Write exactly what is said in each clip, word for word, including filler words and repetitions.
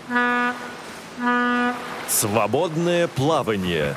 Свободное плавание.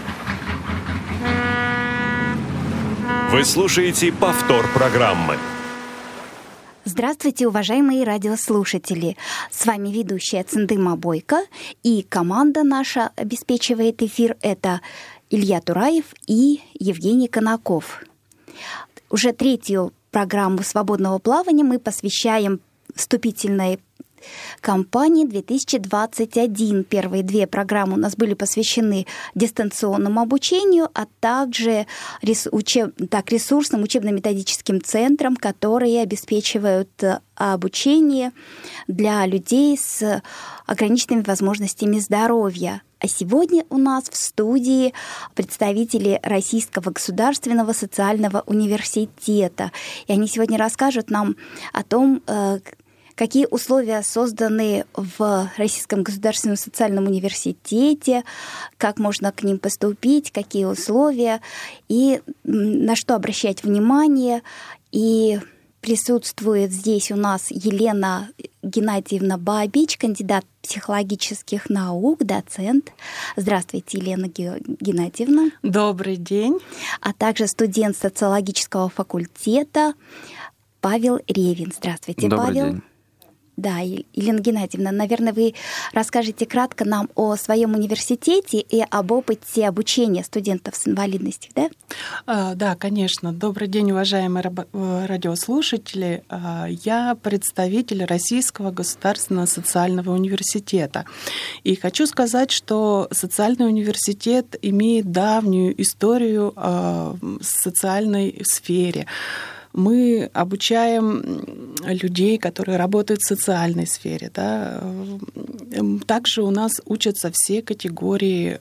Вы слушаете повтор программы. Здравствуйте, уважаемые радиослушатели! С вами ведущая Цендыма Бойко, и команда наша обеспечивает эфир. Это Илья Тураев и Евгений Конаков. Уже третью программу свободного плавания мы посвящаем вступительной кампании две тысячи двадцать один. Первые две программы у нас были посвящены дистанционному обучению, а также рес, учеб, так, ресурсным учебно-методическим центрам, которые обеспечивают обучение для людей с ограниченными возможностями здоровья. А сегодня у нас в студии представители Российского государственного социального университета. И они сегодня расскажут нам о том, какие условия созданы в Российском государственном социальном университете, как можно к ним поступить, какие условия и на что обращать внимание. И присутствует здесь у нас Елена Геннадьевна Бабич, кандидат психологических наук, доцент. Здравствуйте, Елена Геннадьевна. Добрый день. А также студент социологического факультета Павел Ревин. Здравствуйте, Добрый Павел. День. Да, Елена Геннадьевна, наверное, вы расскажете кратко нам о своем университете и об опыте обучения студентов с инвалидностью, да? А, да, конечно. Добрый день, уважаемые радиослушатели. Я представитель Российского государственного социального университета. И хочу сказать, что социальный университет имеет давнюю историю в социальной сфере. Мы обучаем людей, которые работают в социальной сфере. Да. Также у нас учатся все категории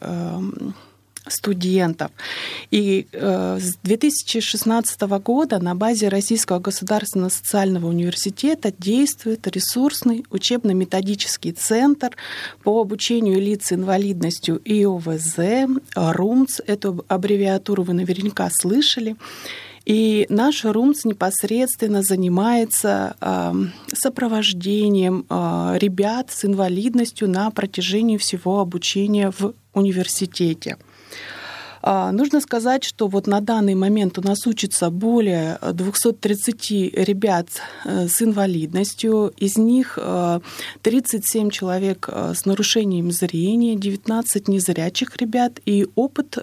студентов. И с две тысячи шестнадцатого года на базе Российского государственного социального университета действует ресурсный учебно-методический центр по обучению лиц с инвалидностью и о вэ зэ, РУМЦ. Эту аббревиатуру вы наверняка слышали. И наш РУМЦ непосредственно занимается сопровождением ребят с инвалидностью на протяжении всего обучения в университете. Нужно сказать, что вот на данный момент у нас учатся более двести тридцать ребят с инвалидностью. Из них тридцать семь человек с нарушением зрения, девятнадцать незрячих ребят. И опыт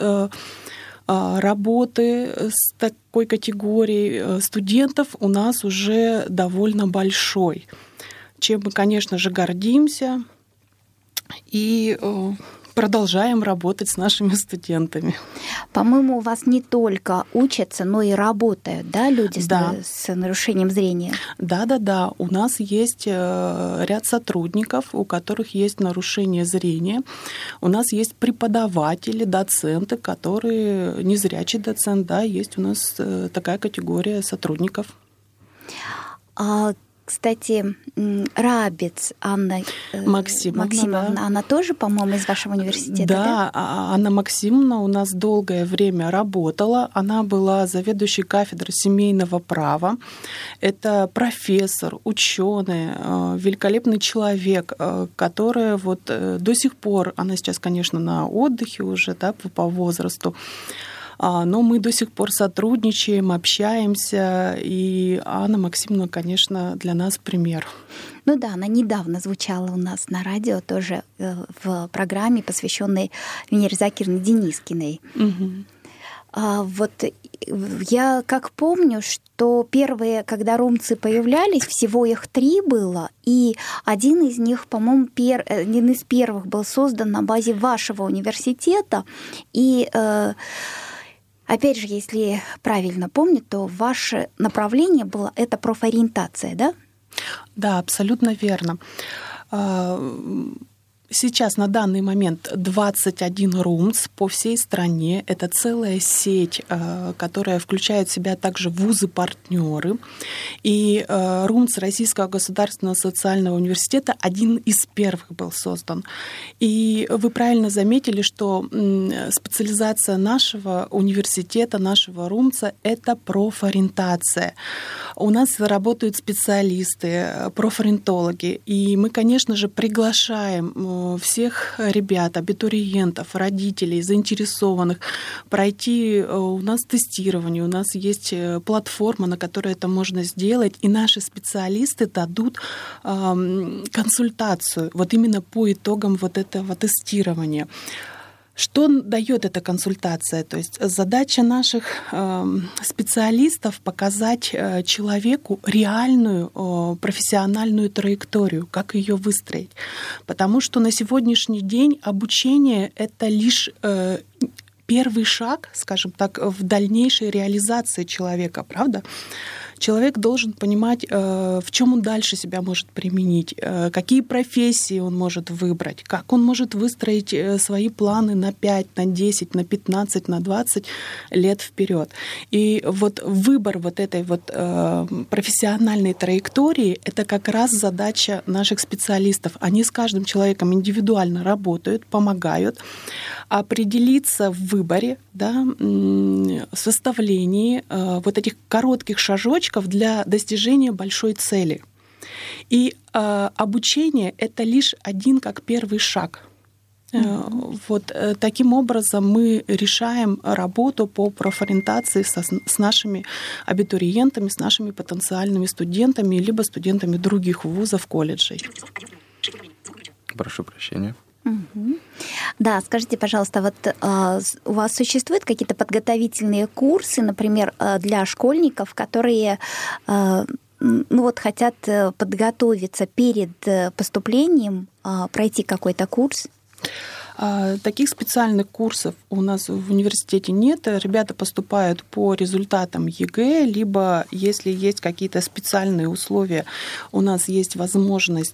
работы с такой категорией студентов у нас уже довольно большой, чем мы, конечно же, гордимся и продолжаем работать с нашими студентами. По-моему, у вас не только учатся, но и работают, да, люди да. с, с нарушением зрения? Да-да-да. У нас есть ряд сотрудников, у которых есть нарушение зрения. У нас есть преподаватели, доценты, которые незрячий доцент, да, есть у нас такая категория сотрудников. А Кстати, Рабец Анна Максимовна, Максимовна да. Она тоже, по-моему, из вашего университета, да? Да, Анна Максимовна у нас долгое время работала. Она была заведующей кафедрой семейного права. Это профессор, ученый, великолепный человек, который вот до сих пор, она сейчас, конечно, на отдыхе уже, да, по возрасту, но мы до сих пор сотрудничаем, общаемся, и Анна Максимовна, конечно, для нас пример. Ну да, она недавно звучала у нас на радио тоже в программе, посвященной Венере Закировне Денискиной. Угу. А вот я как помню, что первые, когда румцы появлялись, всего их три было, и один из них, по-моему, пер... один из первых был создан на базе вашего университета, и опять же, если правильно помню, то ваше направление было это профориентация, да? Да, абсолютно верно. Сейчас на данный момент двадцать один РУМЦ по всей стране. Это целая сеть, которая включает в себя также вузы-партнеры. И РУМЦ Российского государственного социального университета один из первых был создан. И вы правильно заметили, что специализация нашего университета, нашего РУМЦа — это профориентация. У нас работают специалисты, профориентологи. И мы, конечно же, приглашаем всех ребят, абитуриентов, родителей, заинтересованных пройти у нас тестирование. У нас есть платформа, на которой это можно сделать, и наши специалисты дадут э, консультацию вот именно по итогам вот этого тестирования. Что дает эта консультация? То есть задача наших э, специалистов показать э, человеку реальную э, профессиональную траекторию, как ее выстроить. Потому что на сегодняшний день обучение — это лишь э, первый шаг, скажем так, в дальнейшей реализации человека, правда? Человек должен понимать, в чем он дальше себя может применить, какие профессии он может выбрать, как он может выстроить свои планы на пять, на десять, на пятнадцать, на двадцать лет вперед. И вот выбор вот этой вот профессиональной траектории — это как раз задача наших специалистов. Они с каждым человеком индивидуально работают, помогают определиться в выборе, да, в составлении вот этих коротких шажочков для достижения большой цели. И э, обучение — это лишь один как первый шаг. Mm-hmm. Вот э, таким образом мы решаем работу по профориентации со, с нашими абитуриентами, с нашими потенциальными студентами, либо студентами других вузов, колледжей. Прошу прощения. Угу. Да, скажите, пожалуйста, вот э, у вас существуют какие-то подготовительные курсы, например, э, для школьников, которые э, ну вот хотят подготовиться перед поступлением, э, пройти какой-то курс? Таких специальных курсов у нас в университете нет. Ребята поступают по результатам ЕГЭ, либо, если есть какие-то специальные условия, у нас есть возможность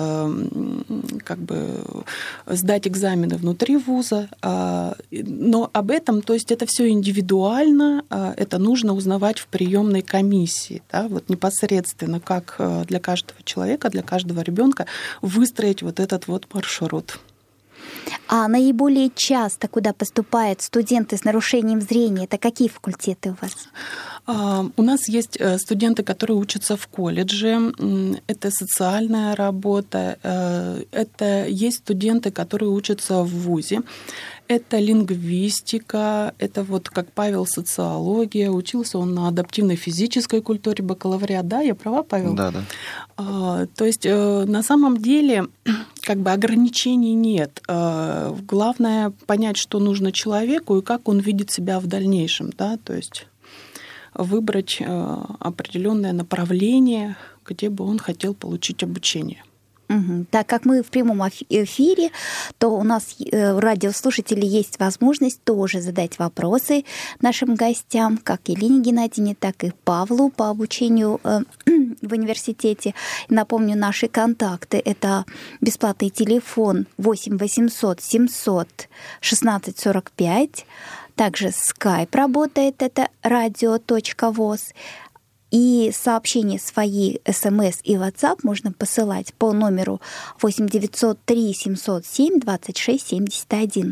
как бы сдать экзамены внутри вуза. Но об этом, то есть это все индивидуально, это нужно узнавать в приемной комиссии. Да, вот непосредственно, как для каждого человека, для каждого ребенка выстроить вот этот вот маршрут. А наиболее часто, куда поступают студенты с нарушением зрения, это какие факультеты у вас? У нас есть студенты, которые учатся в колледже, это социальная работа, это есть студенты, которые учатся в вузе. Это лингвистика, это вот как Павел социология, учился он на адаптивной физической культуре, бакалавриат, да, я права, Павел? Да, да. А, то есть на самом деле как бы ограничений нет. Главное понять, что нужно человеку и как он видит себя в дальнейшем, да, то есть выбрать определенное направление, где бы он хотел получить обучение. Угу. Так как мы в прямом эфире, то у нас у радиослушателей есть возможность тоже задать вопросы нашим гостям, как Елене Геннадьевне, так и Павлу по обучению в университете. Напомню, наши контакты — это бесплатный телефон восемь восемьсот семьсот шестнадцать сорок пять, также скайп работает, это радио точка воз. И сообщения свои, смс и WhatsApp можно посылать по номеру восемь девятьсот три семьсот семь двадцать шесть семьдесят один.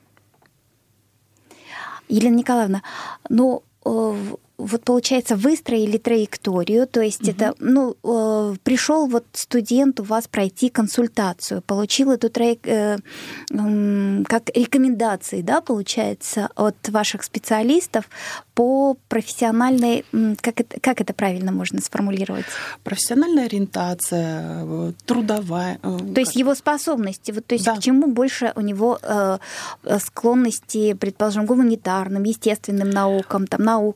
Елена Николаевна, ну вот получается, выстроили траекторию, то есть угу. это, ну, пришел вот студент у вас пройти консультацию, получил эту траекторию, как рекомендации, да, получается, от ваших специалистов по профессиональной, как это, как это правильно можно сформулировать? Профессиональная ориентация, трудовая. То есть его способности, вот, то есть да. к чему больше у него э, склонности, предположим, гуманитарным, естественным наукам, там, наукой заниматься,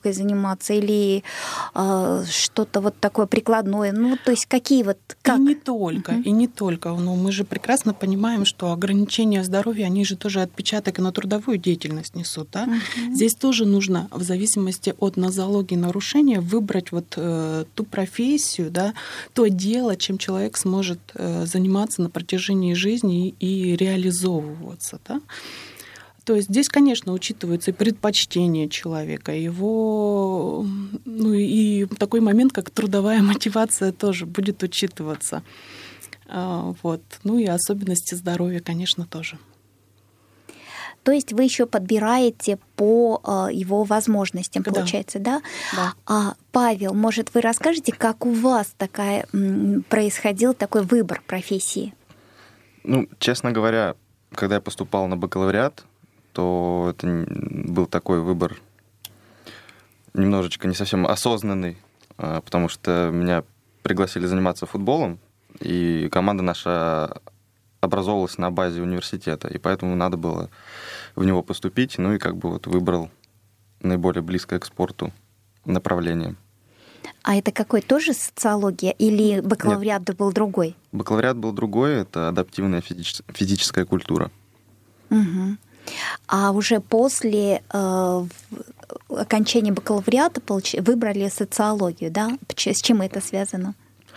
заниматься или э, что-то вот такое прикладное? Ну, то есть какие вот... Как? И не только, uh-huh. и не только. Но мы же прекрасно понимаем, что ограничения здоровья, они же тоже отпечаток и на трудовую деятельность несут. Да? Uh-huh. Здесь тоже нужно, в зависимости от нозологии нарушения, выбрать вот э, ту профессию, да, то дело, чем человек сможет э, заниматься на протяжении жизни и, и реализовываться. Да? То есть здесь, конечно, учитываются и предпочтения человека, его, ну и такой момент, как трудовая мотивация, тоже будет учитываться. Вот. Ну и особенности здоровья, конечно, тоже. То есть вы еще подбираете по его возможностям, получается, да? Да. А, Павел, может, вы расскажете, как у вас такая, происходил такой выбор профессии? Ну, честно говоря, когда я поступал на бакалавриат, то это был такой выбор немножечко не совсем осознанный, потому что меня пригласили заниматься футболом, и команда наша образовалась на базе университета, и поэтому надо было в него поступить, ну и как бы вот выбрал наиболее близкое к спорту направление. А это какой, тоже социология или бакалавриат Нет. был другой? Бакалавриат был другой, это адаптивная физич... физическая культура. Угу. А уже после э, окончания бакалавриата получ... выбрали социологию, да? С чем это связано?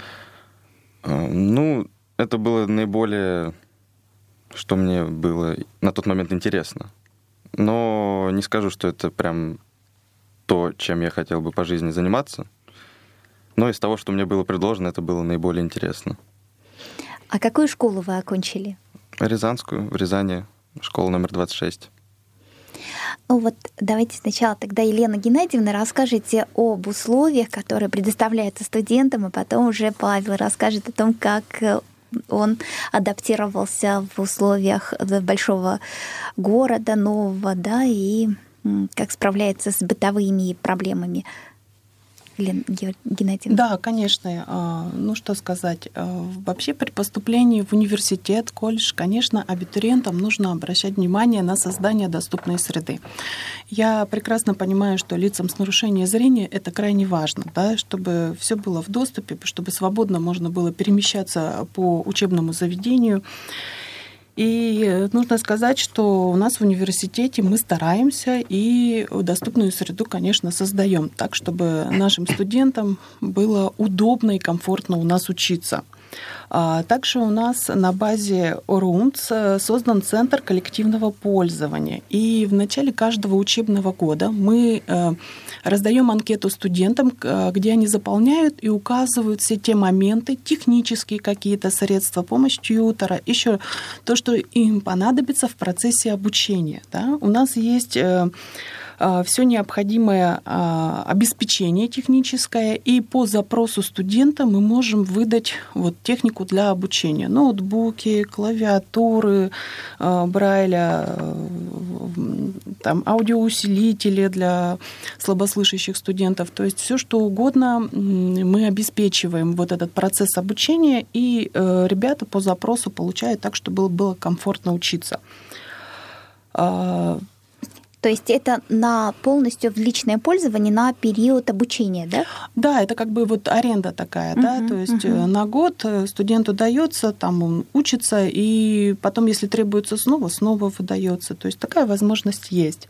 Ну, это было наиболее, что мне было на тот момент интересно. Но не скажу, что это прям то, чем я хотел бы по жизни заниматься. Но из того, что мне было предложено, это было наиболее интересно. А какую школу вы окончили? Рязанскую, в Рязани. Школа номер двадцать шесть. Ну вот давайте сначала тогда, Елена Геннадьевна, расскажите об условиях, которые предоставляются студентам, и потом уже Павел расскажет о том, как он адаптировался в условиях большого города, нового, да, и как справляется с бытовыми проблемами. Елена Геннадьевна. Да, конечно. Ну, что сказать. Вообще при поступлении в университет, колледж, конечно, абитуриентам нужно обращать внимание на создание доступной среды. Я прекрасно понимаю, что лицам с нарушением зрения это крайне важно, да, чтобы все было в доступе, чтобы свободно можно было перемещаться по учебному заведению. И нужно сказать, что у нас в университете мы стараемся и доступную среду, конечно, создаем так, чтобы нашим студентам было удобно и комфортно у нас учиться. Также у нас на базе ОРУНЦ создан центр коллективного пользования. И в начале каждого учебного года мы раздаем анкету студентам, где они заполняют и указывают все те моменты, технические какие-то средства, помощь тьютора, еще то, что им понадобится в процессе обучения. Да? У нас есть все необходимое обеспечение техническое, и по запросу студента мы можем выдать вот технику для обучения. Ноутбуки, клавиатуры, Брайля, там, аудиоусилители для слабослышащих студентов. То есть все, что угодно мы обеспечиваем вот этот процесс обучения, и ребята по запросу получают так, чтобы было комфортно учиться. То есть это на полностью в личное пользование на период обучения, да? Да, это как бы вот аренда такая, uh-huh, да, то есть uh-huh. на год студенту дается, там он учится, и потом, если требуется снова, снова выдается. То есть такая возможность есть.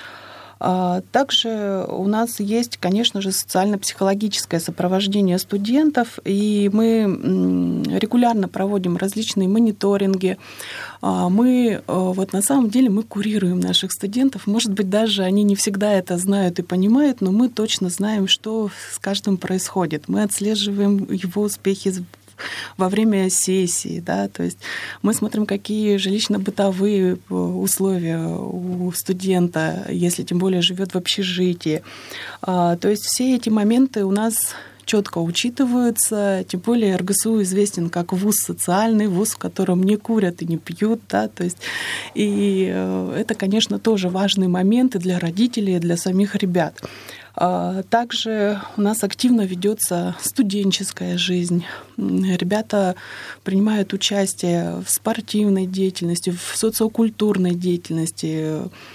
Также у нас есть, конечно же, социально-психологическое сопровождение студентов, и мы регулярно проводим различные мониторинги. Мы, вот на самом деле, мы курируем наших студентов. Может быть, даже они не всегда это знают и понимают, но мы точно знаем, что с каждым происходит. Мы отслеживаем его успехи во время сессии, да, то есть мы смотрим, какие жилищно-бытовые условия у студента, если тем более живет в общежитии. То есть все эти моменты у нас четко учитываются, тем более эр гэ эс у известен как вуз социальный, вуз, в котором не курят и не пьют, да, то есть и это, конечно, тоже важные моменты для родителей и для самих ребят. Также у нас активно ведется студенческая жизнь. Ребята принимают участие в спортивной деятельности, в социокультурной деятельности.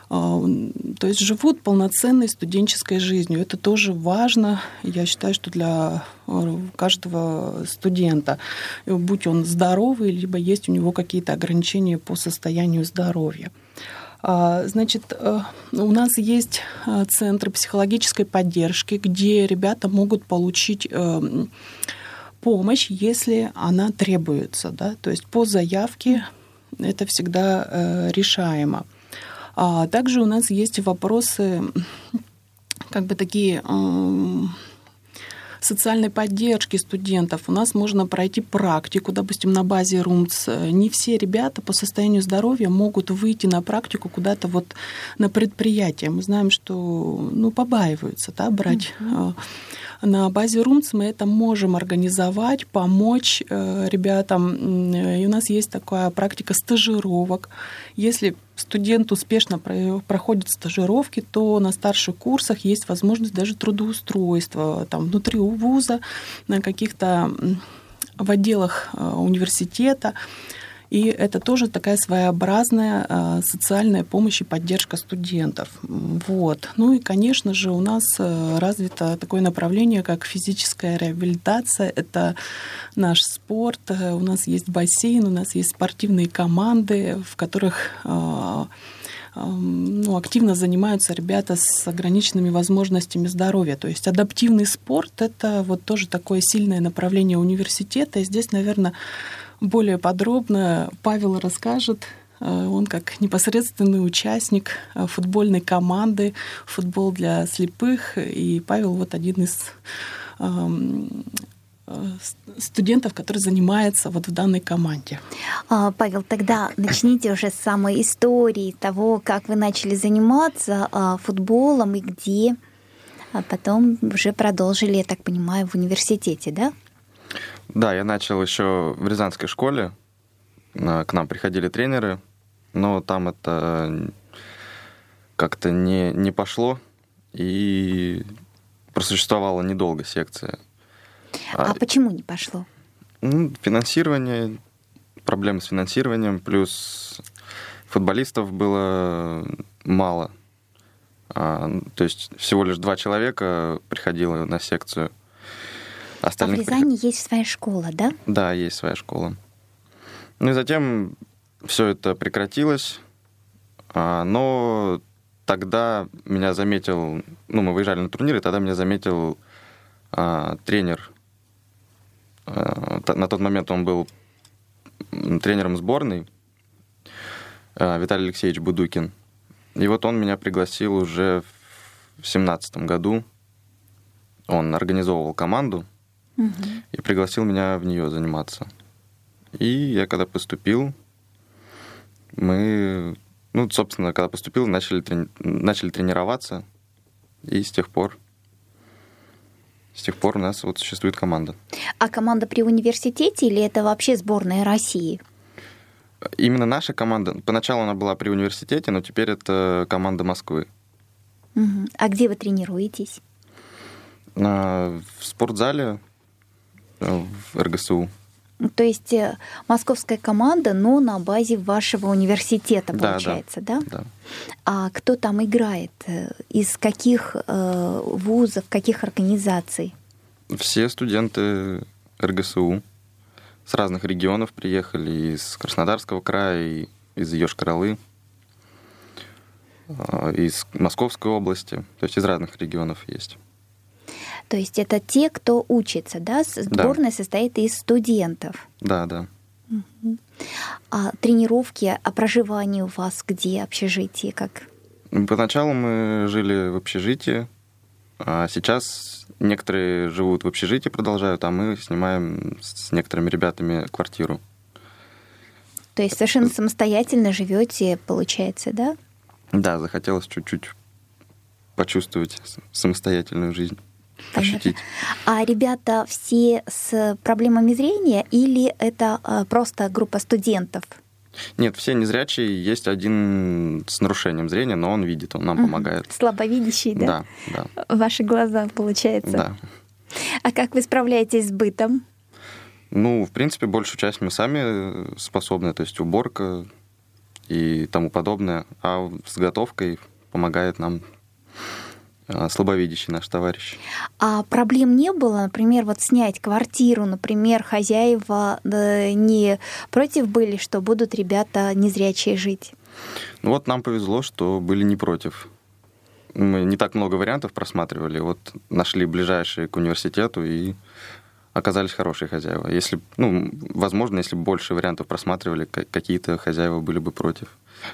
То есть живут полноценной студенческой жизнью. Это тоже важно, я считаю, что для каждого студента, будь он здоровый, либо есть у него какие-то ограничения по состоянию здоровья. Значит, у нас есть центры психологической поддержки, где ребята могут получить помощь, если она требуется. Да? То есть по заявке это всегда решаемо. А также у нас есть вопросы, как бы такие социальной поддержки студентов. У нас можно пройти практику, допустим, на базе РУМЦ. Не все ребята по состоянию здоровья могут выйти на практику куда-то вот на предприятие. Мы знаем, что ну, побаиваются да, брать. Mm-hmm. На базе РУМЦ мы это можем организовать, помочь ребятам. И у нас есть такая практика стажировок. Если студент успешно проходит стажировки, то на старших курсах есть возможность даже трудоустройства там, внутри вуза, на каких-то в отделах университета. И это тоже такая своеобразная социальная помощь и поддержка студентов. Вот. Ну и, конечно же, у нас развито такое направление, как физическая реабилитация. Это наш спорт. У нас есть бассейн, у нас есть спортивные команды, в которых ну, активно занимаются ребята с ограниченными возможностями здоровья. То есть адаптивный спорт — это вот тоже такое сильное направление университета. И здесь, наверное, более подробно Павел расскажет. Он как непосредственный участник футбольной команды «Футбол для слепых». И Павел вот один из студентов, который занимается вот в данной команде. Павел, тогда начните уже с самой истории того, как вы начали заниматься футболом и где, а потом уже продолжили, я так понимаю, в университете, да? Да, я начал еще в Рязанской школе. К нам приходили тренеры, но там это как-то не, не пошло, и просуществовала недолго секция. А, а почему не пошло? Ну, финансирование, проблемы с финансированием, плюс футболистов было мало. А, то есть всего лишь два человека приходило на секцию. Остальных а в Рязани приход... есть своя школа, да? Да, есть своя школа. Ну и затем все это прекратилось, но тогда меня заметил, ну мы выезжали на турнир, и тогда меня заметил а, тренер. А, на тот момент он был тренером сборной, а, Виталий Алексеевич Будукин. И вот он меня пригласил уже в семнадцатом году. Он организовывал команду, угу. и пригласил меня в нее заниматься. И я когда поступил, мы, ну, собственно, когда поступил, начали, трени... начали тренироваться, и с тех пор, с тех пор у нас вот существует команда. А команда при университете или это вообще сборная России? Именно наша команда, поначалу она была при университете, но теперь это команда Москвы. Угу. А где вы тренируетесь? В спортзале в эр гэ эс у. То есть московская команда, но на базе вашего университета, да, получается, да? да? Да. А кто там играет? Из каких вузов, каких организаций? Все студенты эр гэ эс у с разных регионов приехали, из Краснодарского края, из Йошкар-Олы, из Московской области, то есть из разных регионов есть. То есть это те, кто учится, да? Сборная да. состоит из студентов. Да, да. Угу. А тренировки, а проживание у вас где? Общежитие как? Поначалу мы жили в общежитии, а сейчас некоторые живут в общежитии, продолжают, а мы снимаем с некоторыми ребятами квартиру. То есть совершенно самостоятельно живете, получается, да? Да, захотелось чуть-чуть почувствовать самостоятельную жизнь. Ощутить. А ребята все с проблемами зрения или это просто группа студентов? Нет, все незрячие. Есть один с нарушением зрения, но он видит, он нам угу. помогает. Слабовидящий, да? Да, да. Ваши глаза, получается. Да. А как вы справляетесь с бытом? Ну, в принципе, большую часть мы сами способны. То есть уборка, и тому подобное. А с готовкой помогает нам слабовидящий наш товарищ. А проблем не было, например, вот снять квартиру, например, хозяева не против были, что будут ребята незрячие жить? Ну вот нам повезло, что были не против. Мы не так много вариантов просматривали, вот нашли ближайшие к университету и оказались хорошие хозяева. Если, ну, возможно, если бы больше вариантов просматривали, какие-то хозяева были бы против.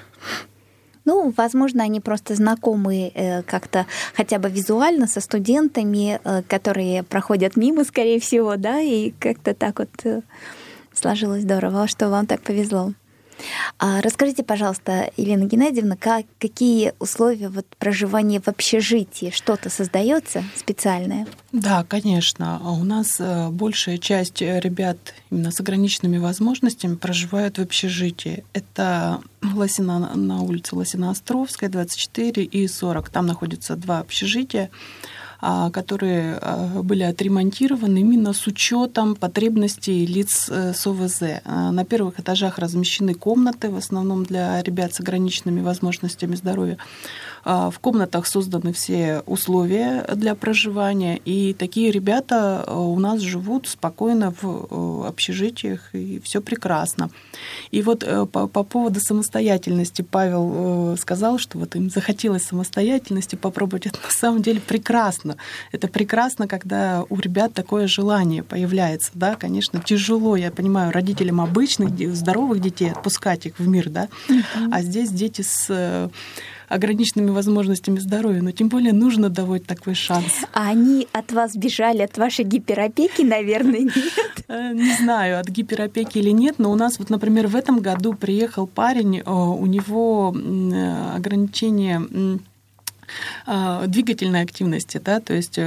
Ну, возможно, они просто знакомы э, как-то хотя бы визуально со студентами, э, которые проходят мимо, скорее всего, да, и как-то так вот э, сложилось здорово, что вам так повезло. А расскажите, пожалуйста, Елена Геннадьевна, как, какие условия вот проживания в общежитии? Что-то создается специальное? Да, конечно. У нас большая часть ребят именно с ограниченными возможностями проживают в общежитии. Это Лосино, на улице Лосино-Островская, двадцать четыре и сорок. Там находятся два общежития, которые были отремонтированы именно с учетом потребностей лиц с о вэ зэ. На первых этажах размещены комнаты, в основном для ребят с ограниченными возможностями здоровья. В комнатах созданы все условия для проживания, и такие ребята у нас живут спокойно в общежитиях, и все прекрасно. И вот по, по поводу самостоятельности Павел сказал, что вот им захотелось самостоятельности попробовать. Это на самом деле прекрасно. Это прекрасно, когда у ребят такое желание появляется. Да? Конечно, тяжело, я понимаю, родителям обычных, здоровых детей отпускать их в мир, да? Mm-hmm. А здесь дети с ограниченными возможностями здоровья, но тем более нужно давать такой шанс. А они от вас бежали, от вашей гиперопеки, наверное, нет? Не знаю, от гиперопеки или нет, но у нас вот, например, в этом году приехал парень, у него ограничение двигательной активности, да, то есть,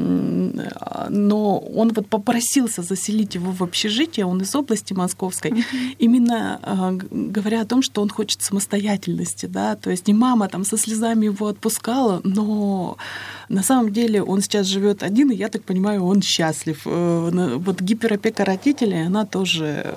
но он вот попросился заселить его в общежитие, он из области Московской, mm-hmm. именно говоря о том, что он хочет самостоятельности, да, то есть не мама там со слезами его отпускала, но на самом деле он сейчас живет один, и я так понимаю, он счастлив. Вот гиперопека родителей, она тоже,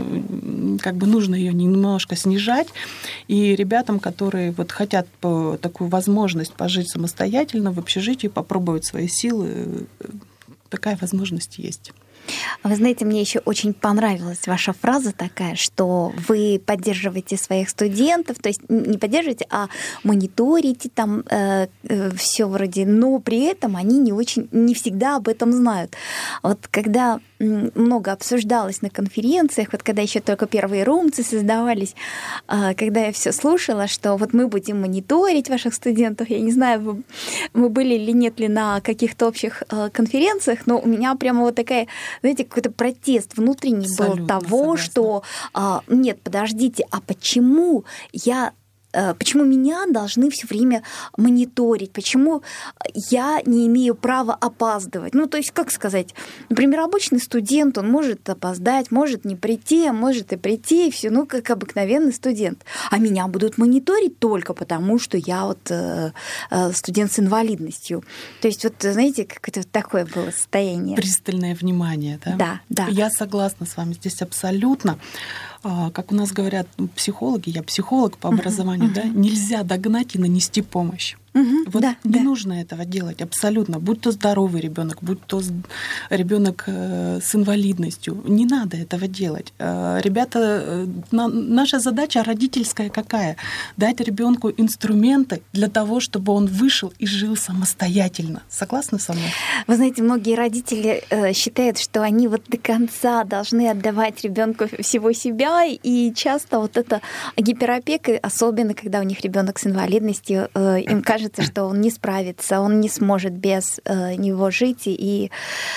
как бы нужно ее немножко снижать, и ребятам, которые вот хотят такую возможность пожить самостоятельно в общежитии, попробовать свои силы, такая возможность есть. Вы знаете, мне еще очень понравилась ваша фраза такая, что вы поддерживаете своих студентов, то есть не поддерживаете, а мониторите там э, э, все вроде, но при этом они не очень, не всегда об этом знают. Вот когда много обсуждалось на конференциях, вот когда еще только первые румцы создавались, э, когда я все слушала, что вот мы будем мониторить ваших студентов, я не знаю, вы, вы были или нет ли на каких-то общих э, конференциях, но у меня прямо вот такая, знаете, какой-то протест внутренний Абсолютно был того, согласна. Что а, нет, подождите, а почему я почему меня должны все время мониторить, почему я не имею права опаздывать. Ну, то есть, как сказать, например, обычный студент, он может опоздать, может не прийти, а может и прийти, и все, ну, как обыкновенный студент. А меня будут мониторить только потому, что я вот э, студент с инвалидностью. То есть, вот, знаете, какое-то такое было состояние. Пристальное внимание, да? Да, да. Я согласна с вами здесь абсолютно. Как у нас говорят психологи, я психолог по образованию, uh-huh, uh-huh. да, нельзя догнать и нанести помощь. Uh-huh, вот да, не да. нужно этого делать абсолютно. Будь то здоровый ребенок, будь то ребенок с инвалидностью, не надо этого делать. Ребята, наша задача родительская какая? Дать ребенку инструменты для того, чтобы он вышел и жил самостоятельно. Согласны со мной? Вы знаете, многие родители считают, что они вот до конца должны отдавать ребенку всего себя, и часто вот эта гиперопека, особенно когда у них ребенок с инвалидностью, им кажется, что он не справится, он не сможет без э, него жить, и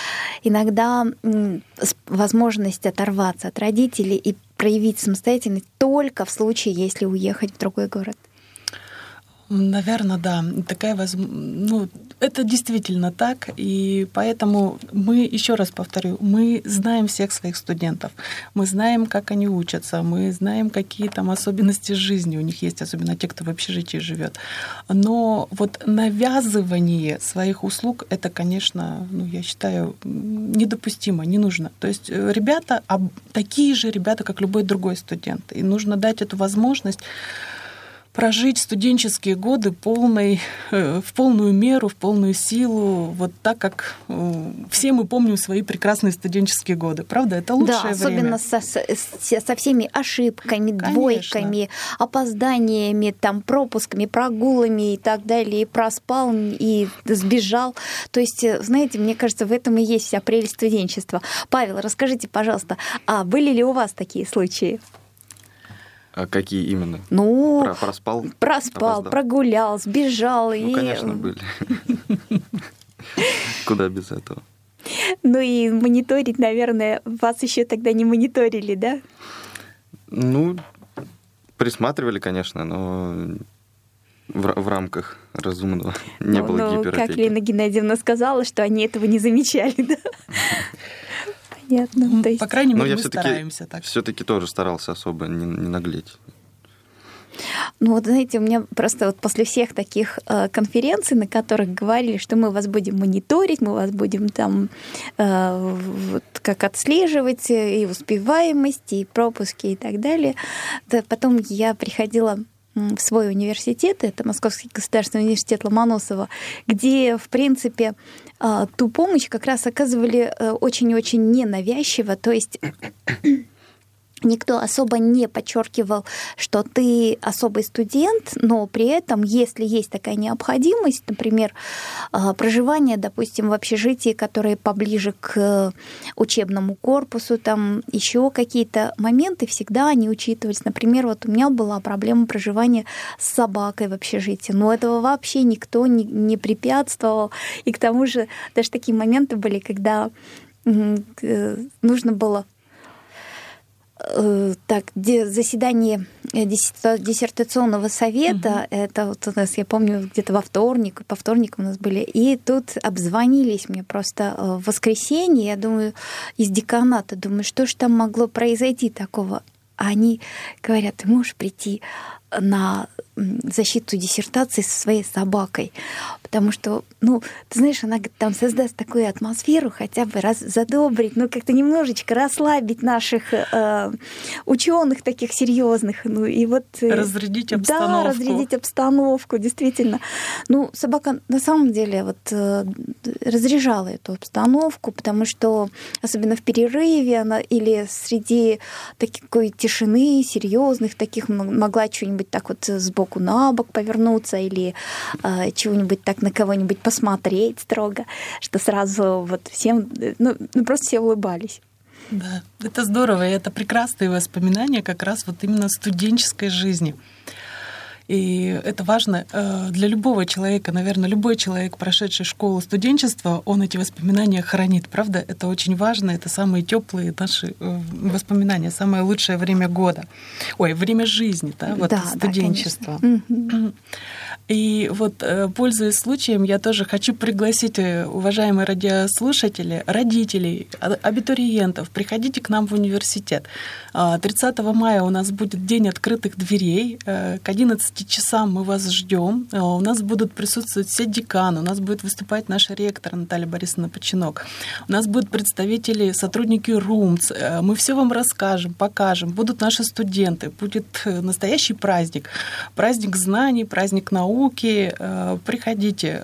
иногда м, возможность оторваться от родителей и проявить самостоятельность только в случае, если уехать в другой город. Наверное, да. Такая воз... ну, это действительно так, и поэтому мы, еще раз повторю, мы знаем всех своих студентов, мы знаем, как они учатся, мы знаем, какие там особенности жизни у них есть, особенно те, кто в общежитии живет. Но вот навязывание своих услуг, это, конечно, ну, я считаю, недопустимо, не нужно. То есть ребята, такие же ребята, как любой другой студент, и нужно дать эту возможность прожить студенческие годы полной, в полную меру, в полную силу, вот так, как все мы помним свои прекрасные студенческие годы. Правда? Это лучшее да, особенно время. Со, со всеми ошибками, конечно. Двойками, опозданиями, там, пропусками, прогулами и так далее. И проспал, и сбежал. То есть, знаете, мне кажется, в этом и есть вся прелесть студенчества. Павел, расскажите, пожалуйста, а были ли у вас такие случаи? А какие именно? Ну, Про, проспал? Проспал, опоздал. Прогулял, сбежал. Ну, и... конечно, были. Куда без этого? Ну и мониторить, наверное, вас еще тогда не мониторили, да? Ну, присматривали, конечно, но в, в рамках разумного. Не ну, было ну, гиперопеки. как Лена Геннадьевна сказала, что они этого не замечали, да? Понятно. То есть... По крайней мере, Но мы я стараемся так. Все-таки тоже старался особо не, не наглеть. Ну вот, знаете, у меня просто вот после всех таких э, конференций, на которых говорили, что мы вас будем мониторить, мы вас будем там э, вот, как отслеживать и успеваемость, и пропуски и так далее, то потом я приходила в свой университет, это Московский государственный университет Ломоносова, где, в принципе, ту помощь как раз оказывали очень-очень ненавязчиво, то есть никто особо не подчеркивал, что ты особый студент, но при этом, если есть такая необходимость, например, проживание, допустим, в общежитии, которое поближе к учебному корпусу, там еще какие-то моменты, всегда они учитывались. Например, вот у меня была проблема проживания с собакой в общежитии, но этого вообще никто не, не препятствовал. И к тому же даже такие моменты были, когда нужно было так, заседание диссертационного совета, uh-huh. это вот у нас, я помню, где-то во вторник, по вторникам у нас были, и тут обзвонились мне просто в воскресенье, я думаю, из деканата, думаю, что же там могло произойти такого? А они говорят, ты можешь прийти на защиту диссертации со своей собакой, потому что, ну, ты знаешь, она там создаст такую атмосферу, хотя бы раз задобрить, ну, как-то немножечко расслабить наших э, ученых таких серьезных, ну, и вот... Разрядить обстановку. Да, разрядить обстановку, действительно. Ну, собака на самом деле вот э, разряжала эту обстановку, потому что, особенно в перерыве, она или среди такой тишины, серьезных таких, могла что-нибудь так вот сбоку на бок повернуться или э, чего-нибудь так на кого-нибудь посмотреть строго, что сразу вот всем, ну, ну просто все улыбались. Да, это здорово, и это прекрасные воспоминания как раз вот именно студенческой жизни. И это важно для любого человека. Наверное, любой человек, прошедший школу студенчества, он эти воспоминания хранит. Правда? Это очень важно. Это самые теплые наши воспоминания, самое лучшее время года. Ой, время жизни, да, вот да, студенчество. Да, и вот, пользуясь случаем, я тоже хочу пригласить, уважаемые радиослушатели, родителей, абитуриентов, приходите к нам в университет. тридцатого мая у нас будет день открытых дверей. К одиннадцати часам мы вас ждем. У нас будут присутствовать все деканы, у нас будет выступать наш ректор Наталья Борисовна Починок. У нас будут представители, сотрудники РУМЦ. Мы все вам расскажем, покажем. Будут наши студенты. Будет настоящий праздник. Праздник знаний, праздник науки. Приходите.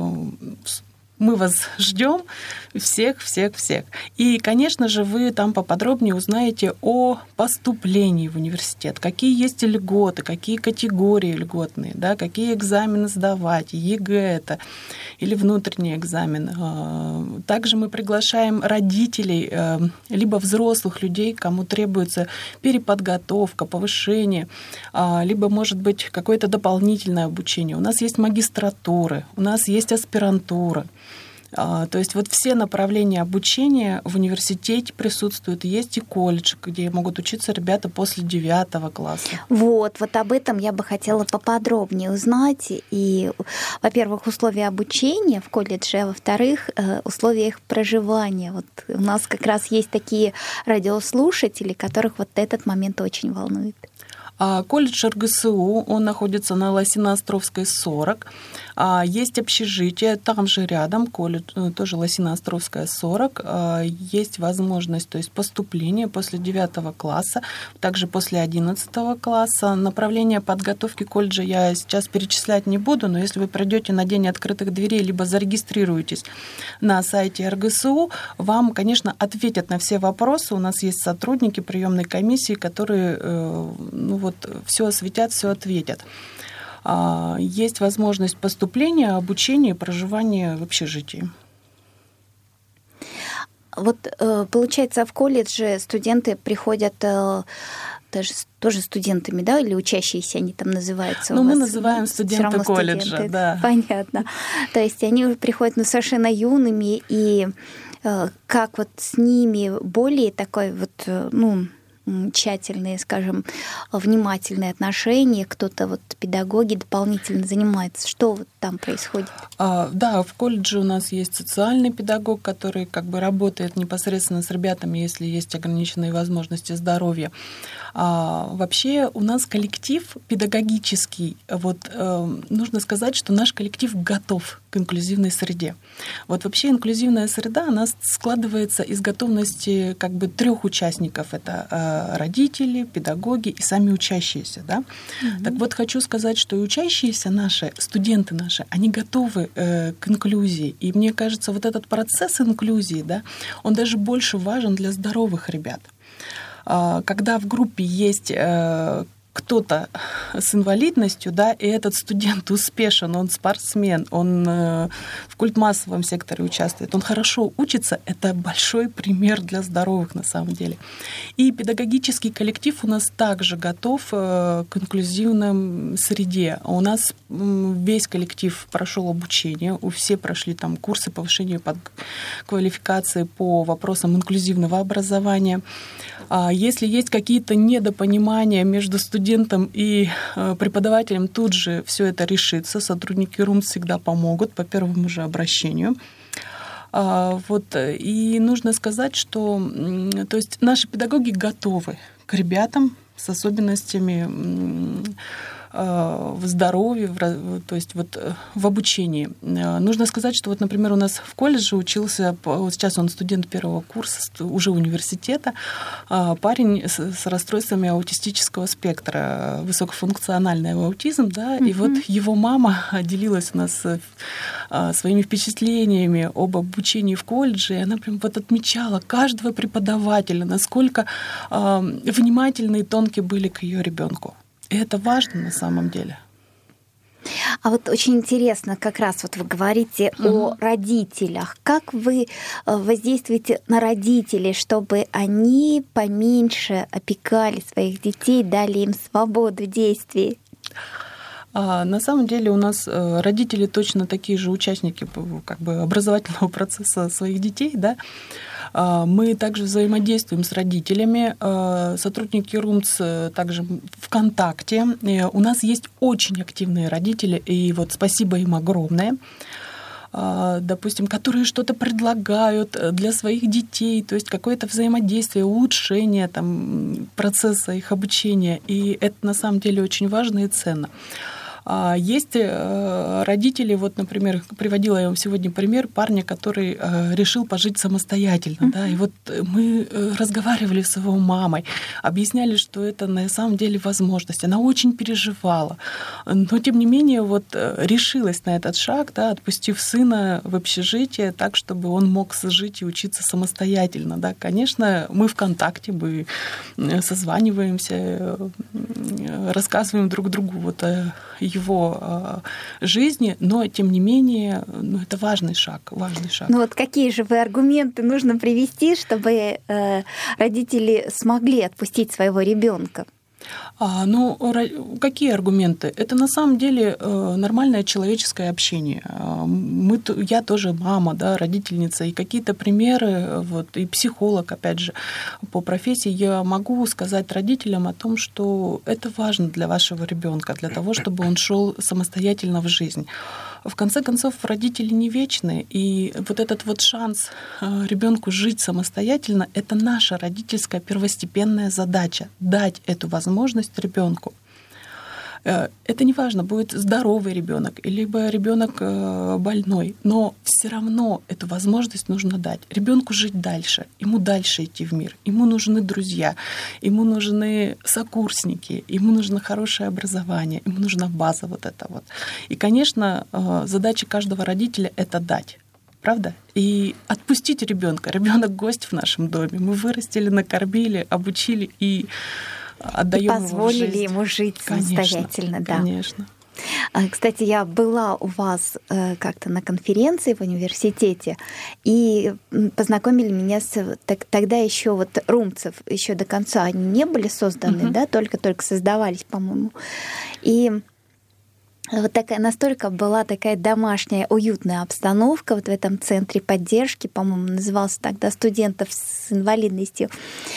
Мы вас ждем, всех, всех, всех. И, конечно же, вы там поподробнее узнаете о поступлении в университет, какие есть льготы, какие категории льготные, да, какие экзамены сдавать, ЕГЭ это или внутренний экзамен. Также мы приглашаем родителей, либо взрослых людей, кому требуется переподготовка, повышение, либо, может быть, какое-то дополнительное обучение. У нас есть магистратуры, у нас есть аспирантура. То есть вот все направления обучения в университете присутствуют. Есть и колледж, где могут учиться ребята после девятого класса. Вот, вот об этом я бы хотела поподробнее узнать. И, во-первых, условия обучения в колледже, а во-вторых, условия их проживания. Вот у нас как раз есть такие радиослушатели, которых вот этот момент очень волнует. Колледж эр гэ эс у, он находится на Лосино-Островской, сорок. Есть общежитие, там же рядом, колледж, тоже Лосино-Островская, сорок. Есть возможность, то есть поступление после девятого класса, также после одиннадцатого класса. Направление подготовки колледжа я сейчас перечислять не буду, но если вы пройдете на день открытых дверей, либо зарегистрируетесь на сайте эр гэ эс у, вам, конечно, ответят на все вопросы. У нас есть сотрудники приемной комиссии, которые, ну, вот, все осветят, все ответят. Есть возможность поступления, обучения и проживания в общежитии. Вот, получается, в колледже студенты приходят даже, тоже студентами, да, или учащиеся они там называются? Ну, мы называем студенты колледжа, студенты. Да. Понятно. То есть они приходят, ну, совершенно юными, и как вот с ними более такой вот, ну, тщательные, скажем, внимательные отношения, кто-то вот педагоги дополнительно занимается. Что вот там происходит? А, да, в колледже у нас есть социальный педагог, который как бы работает непосредственно с ребятами, если есть ограниченные возможности здоровья. А, вообще у нас коллектив педагогический. Вот э, нужно сказать, что наш коллектив готов к инклюзивной среде. Вот вообще инклюзивная среда, она складывается из готовности как бы трех участников. Это э, родители, педагоги и сами учащиеся. Да? Mm-hmm. Так вот, хочу сказать, что и учащиеся наши, студенты наши, они готовы э, к инклюзии. И мне кажется, вот этот процесс инклюзии, да, он даже больше важен для здоровых ребят. Э, когда в группе есть э, кто-то с инвалидностью, да, и этот студент успешен, он спортсмен, он э, в культмассовом секторе участвует, он хорошо учится, это большой пример для здоровых на самом деле. И педагогический коллектив у нас также готов э, к инклюзивной среде. У нас э, весь коллектив прошел обучение, у все прошли там курсы повышения под квалификации по вопросам инклюзивного образования. Если есть какие-то недопонимания между студентом и преподавателем, тут же все это решится. Сотрудники РУМС всегда помогут по первому же обращению. Вот. И нужно сказать, что то есть наши педагоги готовы к ребятам с особенностями в здоровье, в, то есть вот в обучении. Нужно сказать, что вот, например, у нас в колледже учился, вот сейчас он студент первого курса уже университета, парень с, с расстройствами аутистического спектра, высокофункциональный аутизм, да, mm-hmm. и вот его мама делилась у нас своими впечатлениями об обучении в колледже, и она прям вот отмечала каждого преподавателя, насколько внимательны и тонкие были к ее ребенку. И это важно на самом деле. А вот очень интересно, как раз вот вы говорите угу. о родителях. Как вы воздействуете на родителей, чтобы они поменьше опекали своих детей, дали им свободу действий? А на самом деле у нас родители точно такие же участники как бы образовательного процесса своих детей, да. Мы также взаимодействуем с родителями, сотрудники РУМС также ВКонтакте. У нас есть очень активные родители, и вот спасибо им огромное, допустим, которые что-то предлагают для своих детей, то есть какое-то взаимодействие, улучшение там, процесса их обучения, и это на самом деле очень важно и ценно. Есть родители, вот, например, приводила я вам сегодня пример парня, который решил пожить самостоятельно, mm-hmm. да, и вот мы разговаривали с его мамой, объясняли, что это на самом деле возможность. Она очень переживала, но тем не менее вот решилась на этот шаг, да, отпустив сына в общежитие так, чтобы он мог жить и учиться самостоятельно, да. Конечно, мы в контакте, мы созваниваемся, рассказываем друг другу вот о его жизни, но тем не менее, ну, это важный шаг, важный шаг. Ну вот какие же вы аргументы нужно привести, чтобы э, родители смогли отпустить своего ребенка? А, ну, какие аргументы? Это на самом деле нормальное человеческое общение. Мы, я тоже мама, да, родительница, и какие-то примеры, вот, и психолог, опять же, по профессии, я могу сказать родителям о том, что это важно для вашего ребенка, для того, чтобы он шел самостоятельно в жизнь. В конце концов, родители не вечны, и вот этот вот шанс ребенку жить самостоятельно — это наша родительская первостепенная задача — дать эту возможность ребенку. Это не важно, будет здоровый ребенок, либо ребенок больной, но все равно эту возможность нужно дать. Ребенку жить дальше, ему дальше идти в мир, ему нужны друзья, ему нужны сокурсники, ему нужно хорошее образование, ему нужна база вот эта вот. И, конечно, задача каждого родителя — это дать. Правда? И отпустить ребенка. Ребенок гость в нашем доме. Мы вырастили, накормили, обучили и отдаем и позволили его, ему жить самостоятельно. Конечно, да. конечно. Кстати, я была у вас как-то на конференции в университете, и познакомили меня с... Тогда еще вот румцев еще до конца они не были созданы, uh-huh. да, только-только создавались, по-моему. И вот такая, настолько была такая домашняя, уютная обстановка вот в этом центре поддержки, по-моему, назывался тогда «Студентов с инвалидностью».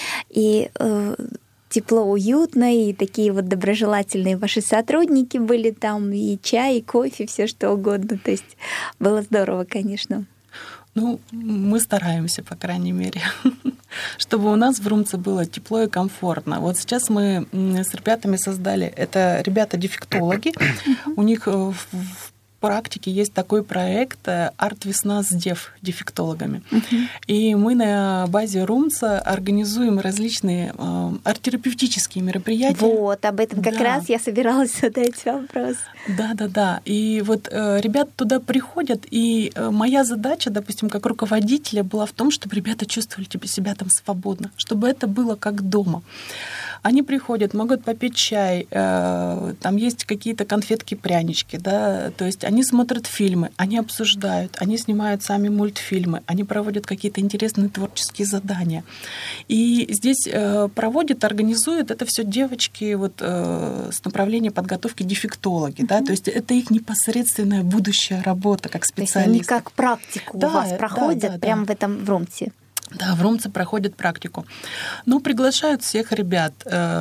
И э, тепло, уютно, и такие вот доброжелательные ваши сотрудники были там, и чай, и кофе, все что угодно. То есть было здорово, конечно. Ну, мы стараемся, по крайней мере, чтобы у нас в Румце было тепло и комфортно. Вот сейчас мы с ребятами создали, это ребята-дефектологи, у них в практике есть такой проект «Арт-весна с дев» дефектологами. Uh-huh. И мы на базе Румца организуем различные э, арт-терапевтические мероприятия. Вот, об этом как да. раз я собиралась задать вопрос. Да-да-да. И вот э, ребята туда приходят, и э, моя задача, допустим, как руководителя была в том, чтобы ребята чувствовали себя там свободно, чтобы это было как дома. Они приходят, могут попить чай, э, там есть какие-то конфетки-прянички, да, то есть они смотрят фильмы, они обсуждают, они снимают сами мультфильмы, они проводят какие-то интересные творческие задания. И здесь э, проводят, организуют это все девочки вот, э, с направления подготовки дефектологи, mm-hmm. да, то есть это их непосредственная будущая работа как специалисты. То есть они как практику да, у вас проходят да, да, прямо да. в этом в Румце. Да, в Румце проходят практику. Но приглашают всех ребят.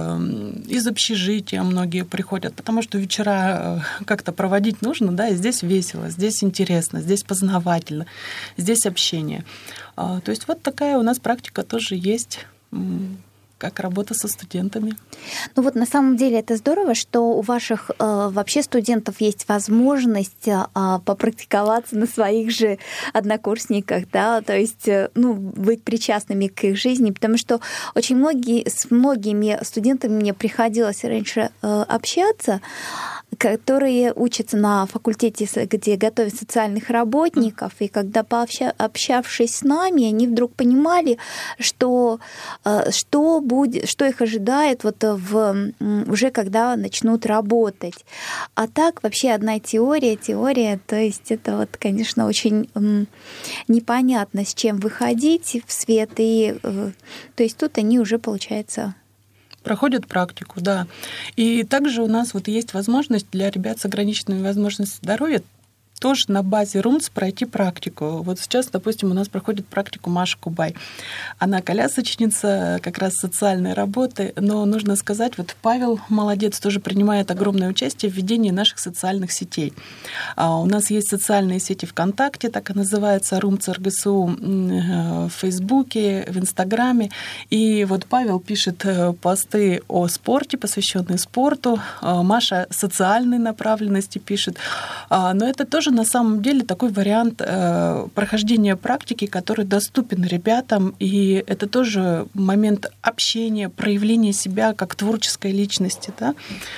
Из общежития многие приходят, потому что вечера как-то проводить нужно, да, и здесь весело, здесь интересно, здесь познавательно, здесь общение. То есть вот такая у нас практика тоже есть, как работа со студентами. Ну вот на самом деле это здорово, что у ваших э, вообще студентов есть возможность э, попрактиковаться на своих же однокурсниках, да, то есть э, ну, быть причастными к их жизни, потому что очень многие, с многими студентами мне приходилось раньше э, общаться, которые учатся на факультете, где готовят социальных работников, и когда пообщавшись с нами, они вдруг понимали, что, что, будет, что их ожидает вот в, уже когда начнут работать. А так вообще одна теория, теория, то есть это вот, конечно, очень непонятно, с чем выходить в свет, и то есть тут они уже, получается... Проходят практику, да. И также у нас вот есть возможность для ребят с ограниченными возможностями здоровья тоже на базе РУМЦ пройти практику. Вот сейчас, допустим, у нас проходит практику Маша Кубай. Она колясочница как раз социальной работы, но нужно сказать, вот Павел молодец, тоже принимает огромное участие в ведении наших социальных сетей. У нас есть социальные сети ВКонтакте, так и называется, РУМЦ РГСУ, в Фейсбуке, в Инстаграме. И вот Павел пишет посты о спорте, посвященные спорту. Маша социальной направленности пишет. Но это тоже на самом деле такой вариант э, прохождения практики, который доступен ребятам, и это тоже момент общения, проявления себя как творческой личности, да.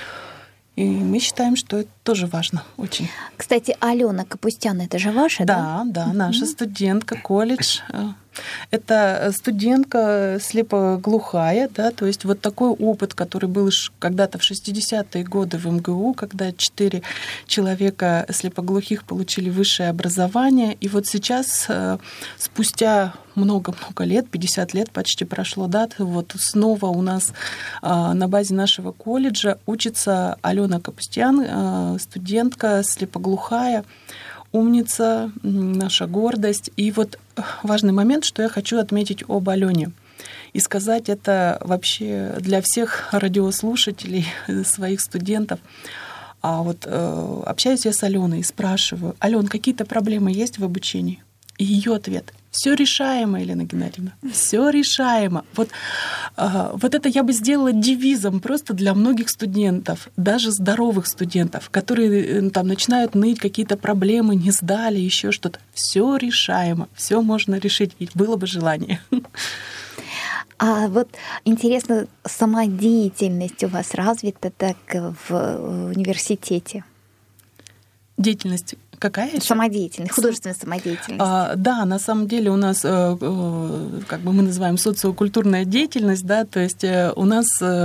И мы считаем, что это тоже важно очень. Кстати, Алена Капустян, это же ваша, да? Да, да, наша mm-hmm. студентка, колледж. Это студентка слепоглухая, да, то есть вот такой опыт, который был когда-то в шестидесятые годы в эм гэ у, когда четыре человека слепоглухих получили высшее образование, и вот сейчас, спустя много-много лет, пятьдесят лет почти прошло, да, вот снова у нас на базе нашего колледжа учится Алена Капустян, студентка слепоглухая, умница, наша гордость. И вот важный момент, что я хочу отметить об Алене. И сказать это вообще для всех радиослушателей, своих студентов. А вот э, общаюсь я с Аленой и спрашиваю: Ален, какие-то проблемы есть в обучении? И ее ответ: все решаемо, Елена Геннадьевна, все решаемо. Вот, э, вот это я бы сделала девизом просто для многих студентов, даже здоровых студентов, которые там начинают ныть, какие-то проблемы, не сдали, еще что-то. Все решаемо, все можно решить, и было бы желание. А вот интересно, самодеятельность у вас развита так в университете? Деятельность какая еще? Самодеятельность, художественная самодеятельность. А, да, на самом деле у нас, как бы мы называем, социокультурная деятельность, да, то есть у нас,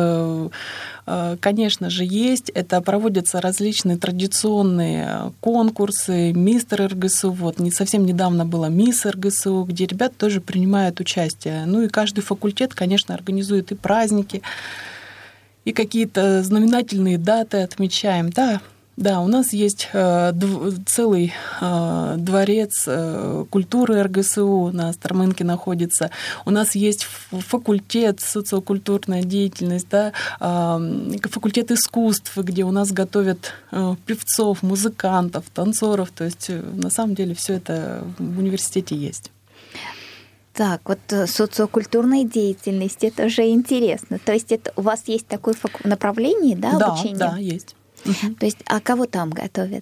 конечно же, есть, это проводятся различные традиционные конкурсы, мистер эр гэ эс у, вот не совсем недавно была мисс эр гэ эс у, где ребята тоже принимают участие. Ну и каждый факультет, конечно, организует и праздники, и какие-то знаменательные даты отмечаем, да. Да, у нас есть э, дв- целый э, дворец э, культуры эр гэ эс у на Стармынке находится. У нас есть факультет социокультурная деятельность, да, э, факультет искусств, где у нас готовят э, певцов, музыкантов, танцоров. То есть э, на самом деле все это в университете есть. Так, вот социокультурная деятельность, это уже интересно. То есть это у вас есть такое факу- направление, да, да, обучения? Да, есть. Угу. То есть, а кого там готовят?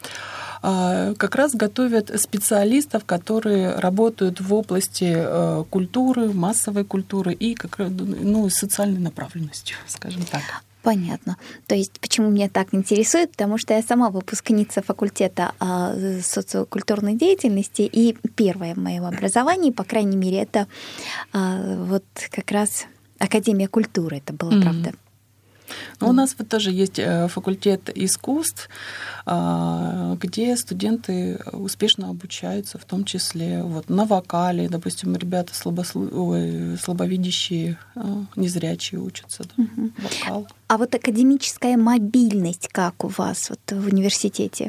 Как раз готовят специалистов, которые работают в области культуры, массовой культуры и как, ну, социальной направленностью, скажем так. Понятно. То есть, почему меня так интересует? Потому что я сама выпускница факультета социокультурной деятельности, и первое в моем образовании, по крайней мере, это вот как раз Академия культуры, это было, mm-hmm. правда. Но у нас вот тоже есть факультет искусств, где студенты успешно обучаются, в том числе вот, на вокале. Допустим, ребята слабослу... Ой, слабовидящие, незрячие учатся. Да, угу. Вокал. А вот академическая мобильность как у вас вот, в университете?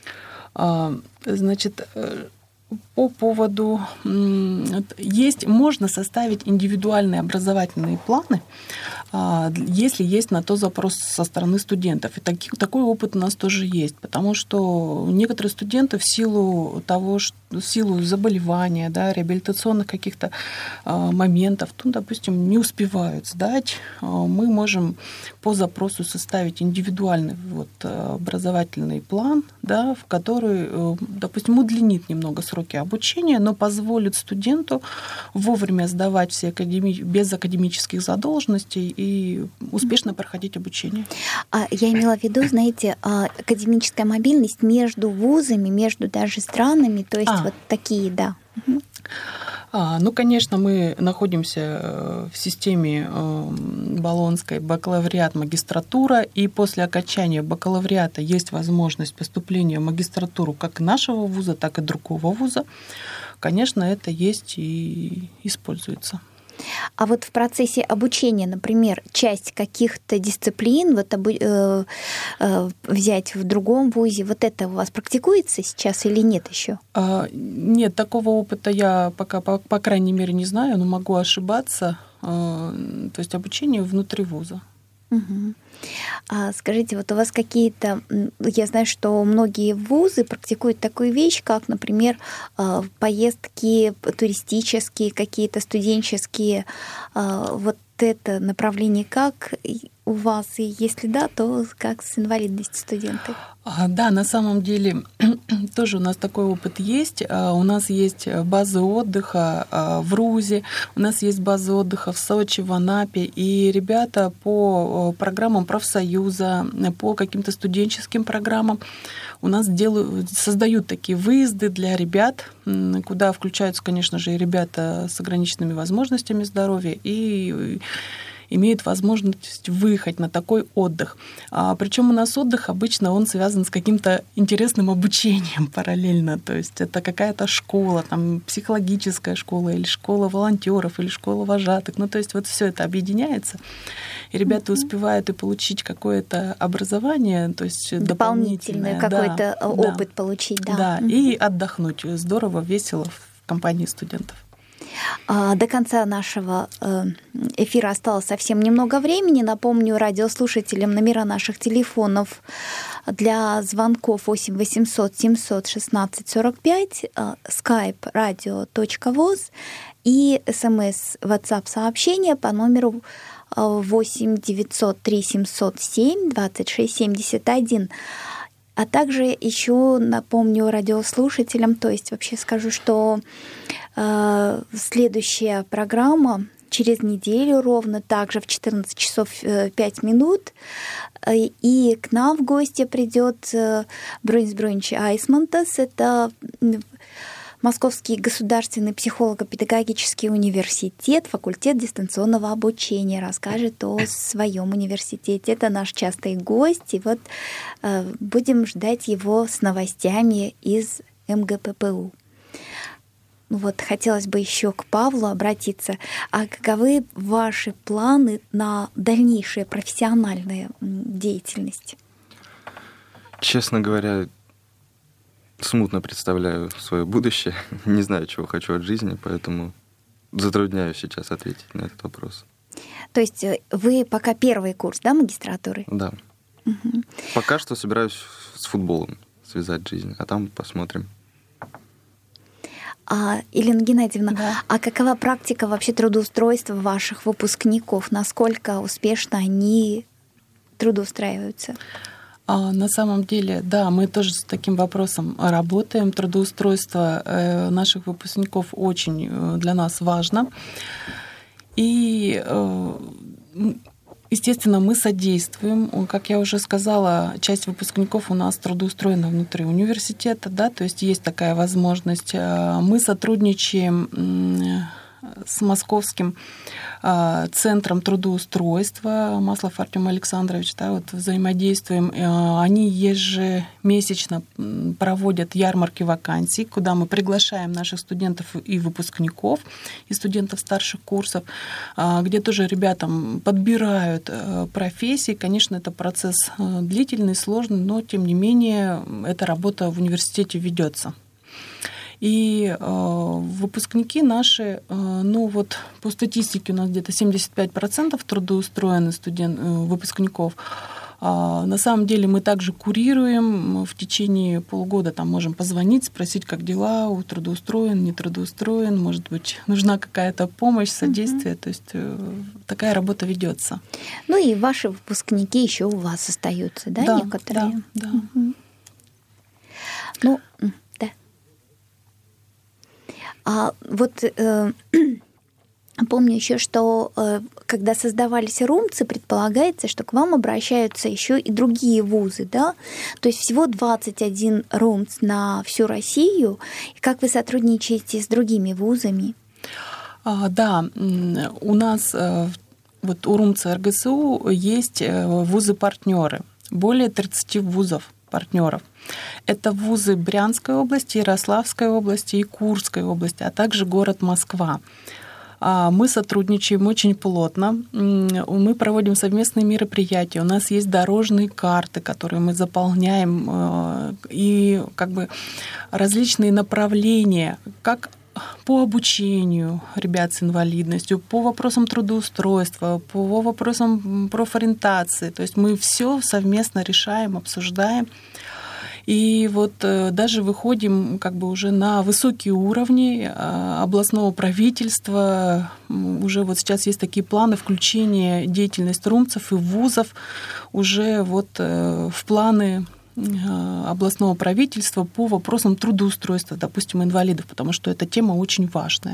Значит, по поводу... Есть, можно составить индивидуальные образовательные планы, если есть на то запрос со стороны студентов. И таки, такой опыт у нас тоже есть, потому что некоторые студенты в силу того, что, в силу заболевания, да, реабилитационных каких-то моментов, ну, допустим, не успевают сдать, мы можем по запросу составить индивидуальный вот, образовательный план, да, в который, допустим, удлинит немного сроки обучения, но позволит студенту вовремя сдавать все академи... без академических задолженностей и успешно проходить обучение. А я имела в виду, знаете, академическая мобильность между вузами, между даже странами, то есть а. вот такие, да. А, ну, конечно, мы находимся в системе болонской бакалавриат, магистратура, и после окончания бакалавриата есть возможность поступления в магистратуру как нашего вуза, так и другого вуза. Конечно, это есть и используется. А вот в процессе обучения, например, часть каких-то дисциплин вот, э, э, взять в другом вузе, вот это у вас практикуется сейчас или нет еще? А, нет, такого опыта я пока, по, по крайней мере, не знаю, но могу ошибаться. А, то есть обучение внутри вуза. Угу. А скажите, вот у вас какие-то... Я знаю, что многие вузы практикуют такую вещь, как, например, поездки туристические, какие-то студенческие. Вот это направление как у вас? И если да, то как с инвалидностью студенты? Да, на самом деле тоже у нас такой опыт есть. У нас есть базы отдыха в РУЗе, у нас есть базы отдыха в Сочи, в Анапе. И ребята по программам профсоюза, по каким-то студенческим программам у нас делают, создают такие выезды для ребят, куда включаются, конечно же, и ребята с ограниченными возможностями здоровья, и имеют возможность выехать на такой отдых. А, причем у нас отдых обычно он связан с каким-то интересным обучением параллельно. То есть это какая-то школа, там, психологическая школа, или школа волонтеров, или школа вожатых. Ну, то есть вот все это объединяется, и ребята mm-hmm. успевают и получить какое-то образование, то есть дополнительное, дополнительный какой-то да, опыт да, получить. Да, да mm-hmm. и отдохнуть здорово, весело в компании студентов. До конца нашего эфира осталось совсем немного времени. Напомню радиослушателям номера наших телефонов для звонков восемь восемьсот семьсот шестнадцать сорок пять, skype radio.voz и смс WhatsApp сообщение по номеру восемь девятьсот три семьсот семь двадцать шесть семьдесят один. А также еще напомню радиослушателям, то есть вообще скажу, что э, следующая программа через неделю ровно также в четырнадцать часов пять минут. И к нам в гости придет Брунис Брунич Айсмантас. Это Московский государственный психолого-педагогический университет, факультет дистанционного обучения, расскажет о своем университете. Это наш частый гость, и вот э, будем ждать его с новостями из эм гэ пэ пэ у. Ну вот, хотелось бы еще к Павлу обратиться. А каковы ваши планы на дальнейшую профессиональную деятельность? Честно говоря, смутно представляю свое будущее, не знаю, чего хочу от жизни, поэтому затрудняюсь сейчас ответить на этот вопрос. То есть вы пока первый курс, да, магистратуры? Да. Угу. Пока что собираюсь с футболом связать жизнь, а там посмотрим. А, Елена Геннадьевна, да. А какова практика вообще трудоустройства ваших выпускников? Насколько успешно они трудоустраиваются? На самом деле, да, мы тоже с таким вопросом работаем. Трудоустройство наших выпускников очень для нас важно. И, естественно, мы содействуем. Как я уже сказала, часть выпускников у нас трудоустроена внутри университета, да, то есть есть такая возможность. Мы сотрудничаем с Московским центром трудоустройства, Маслов Артем Александрович, да, вот взаимодействуем. Они ежемесячно проводят ярмарки вакансий, куда мы приглашаем наших студентов и выпускников, и студентов старших курсов, где тоже ребятам подбирают профессии. Конечно, это процесс длительный, сложный, но тем не менее эта работа в университете ведется. И э, выпускники наши, э, ну вот по статистике у нас где-то семьдесят пять процентов трудоустроены студент, э, выпускников. А на самом деле мы также курируем в течение полугода, там можем позвонить, спросить, как дела, у трудоустроен, не трудоустроен, может быть, нужна какая-то помощь, содействие, mm-hmm. то есть э, такая работа ведется. Ну и ваши выпускники еще у вас остаются, да, да некоторые? Да, да. Mm-hmm. Ну, А вот э, помню еще, что э, когда создавались РУМЦы, предполагается, что к вам обращаются еще и другие вузы, да? То есть всего двадцать один РУМЦ на всю Россию. И как вы сотрудничаете с другими вузами? А, да, у нас э, вот у РУМЦа эр гэ эс у есть вузы-партнеры, более тридцать вузов партнеров. Это вузы Брянской области, Ярославской области и Курской области, а также город Москва. Мы сотрудничаем очень плотно, мы проводим совместные мероприятия, у нас есть дорожные карты, которые мы заполняем, и как бы различные направления, как по обучению ребят с инвалидностью, по вопросам трудоустройства, по вопросам профориентации. То есть мы все совместно решаем, обсуждаем. И вот даже выходим как бы уже на высокие уровни областного правительства. Уже вот сейчас есть такие планы включения деятельности румцев и вузов уже вот в планы областного правительства по вопросам трудоустройства, допустим, инвалидов, потому что эта тема очень важная.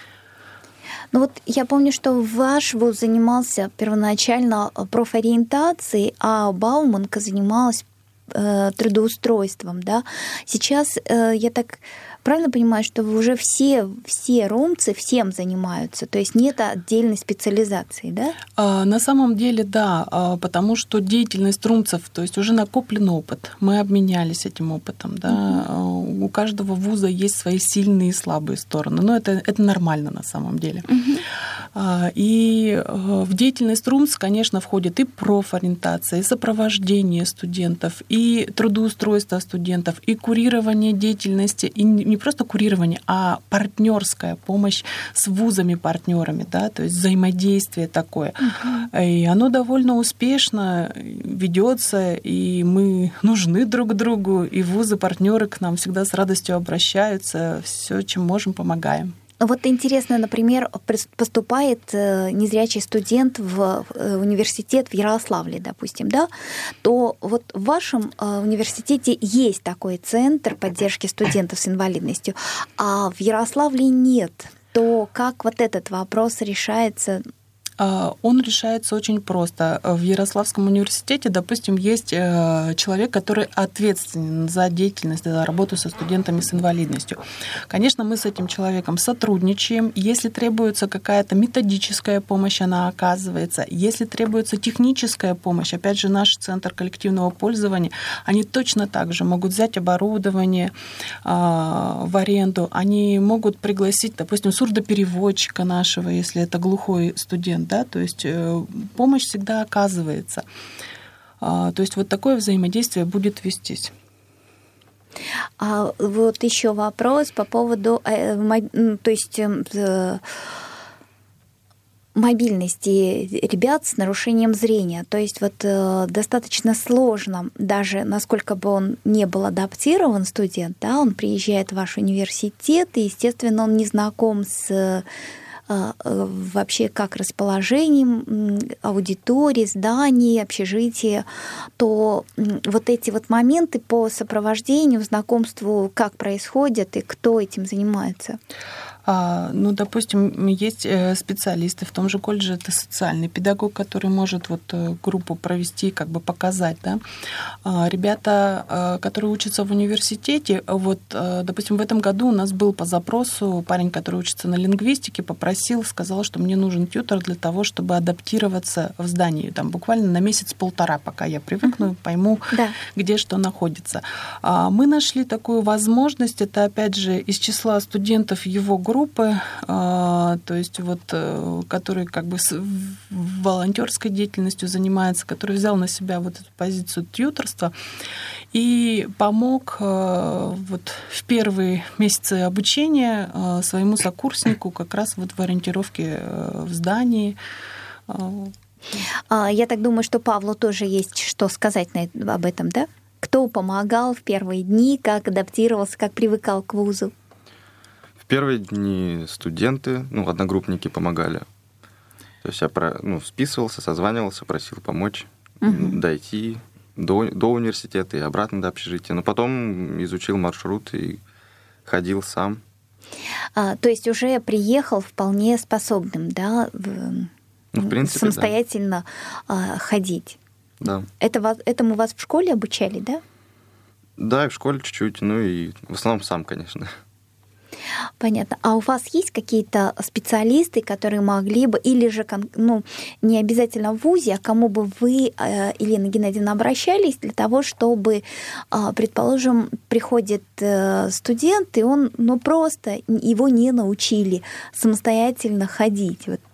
Ну вот я помню, что ваш вуз занимался первоначально профориентацией, а Бауманка занималась э, трудоустройством, да? Сейчас э, я так правильно понимаю, что уже все, все румцы всем занимаются, то есть нет отдельной специализации, да? А, на самом деле, да, потому что деятельность румцев, то есть уже накоплен опыт, мы обменялись этим опытом, да. Угу. У каждого вуза есть свои сильные и слабые стороны, но это, это нормально на самом деле. Угу. А, и в деятельность румц, конечно, входит и профориентация, и сопровождение студентов, и трудоустройство студентов, и курирование деятельности, и не просто курирование, а партнерская помощь с вузами-партнерами, да, то есть взаимодействие такое. Uh-huh. И оно довольно успешно ведется, и мы нужны друг другу, и вузы-партнеры к нам всегда с радостью обращаются, все, чем можем, помогаем. Вот интересно, например, поступает незрячий студент в университет в Ярославле, допустим, да, то вот в вашем университете есть такой центр поддержки студентов с инвалидностью, а в Ярославле нет. То как вот этот вопрос решается? Он решается очень просто. В Ярославском университете, допустим, есть человек, который ответственен за деятельность, за работу со студентами с инвалидностью. Конечно, мы с этим человеком сотрудничаем. Если требуется какая-то методическая помощь, она оказывается. Если требуется техническая помощь, опять же, наш центр коллективного пользования, они точно так же могут взять оборудование в аренду, они могут пригласить, допустим, сурдопереводчика нашего, если это глухой студент, да, то есть помощь всегда оказывается. То есть вот такое взаимодействие будет вестись. А вот еще вопрос по поводу, то есть мобильности ребят с нарушением зрения. То есть вот достаточно сложно, даже насколько бы он не был адаптирован, студент, да, он приезжает в ваш университет, и, естественно, он не знаком с вообще как расположением аудитории, зданий, общежития, то вот эти вот моменты по сопровождению, знакомству, как происходят и кто этим занимается? Ну, допустим, есть специалисты в том же колледже, это социальный педагог, который может вот группу провести, как бы показать, да. Ребята, которые учатся в университете, вот, допустим, в этом году у нас был по запросу парень, который учится на лингвистике, попросил, сказал, что мне нужен тьютор для того, чтобы адаптироваться в здании, там буквально на месяц-полтора, пока я привыкну, uh-huh. пойму, да. где что находится. Мы нашли такую возможность, это, опять же, из числа студентов его группы, группы, то есть вот, который как бы волонтерской деятельностью занимается, который взял на себя вот эту позицию тьюторства и помог вот в первые месяцы обучения своему сокурснику как раз вот в ориентировке в здании. Я так думаю, что Павлу тоже есть что сказать об этом, да? Кто помогал в первые дни, как адаптировался, как привыкал к вузу? В первые дни студенты, ну, одногруппники помогали. То есть я про, ну, списывался, созванивался, просил помочь uh-huh. дойти до, до университета и обратно до общежития. Но потом изучил маршрут и ходил сам. А, то есть уже приехал вполне способным, да, в, ну, в принципе, самостоятельно да. ходить? Да. Это, этому вас в школе обучали, да? Да, и в школе чуть-чуть, ну и в основном сам, конечно. Понятно. А у вас есть какие-то специалисты, которые могли бы, или же, ну, не обязательно в вузе, а кому бы вы, Елена Геннадьевна, обращались для того, чтобы, предположим, приходит студент, и он, ну, просто его не научили самостоятельно ходить? Вот.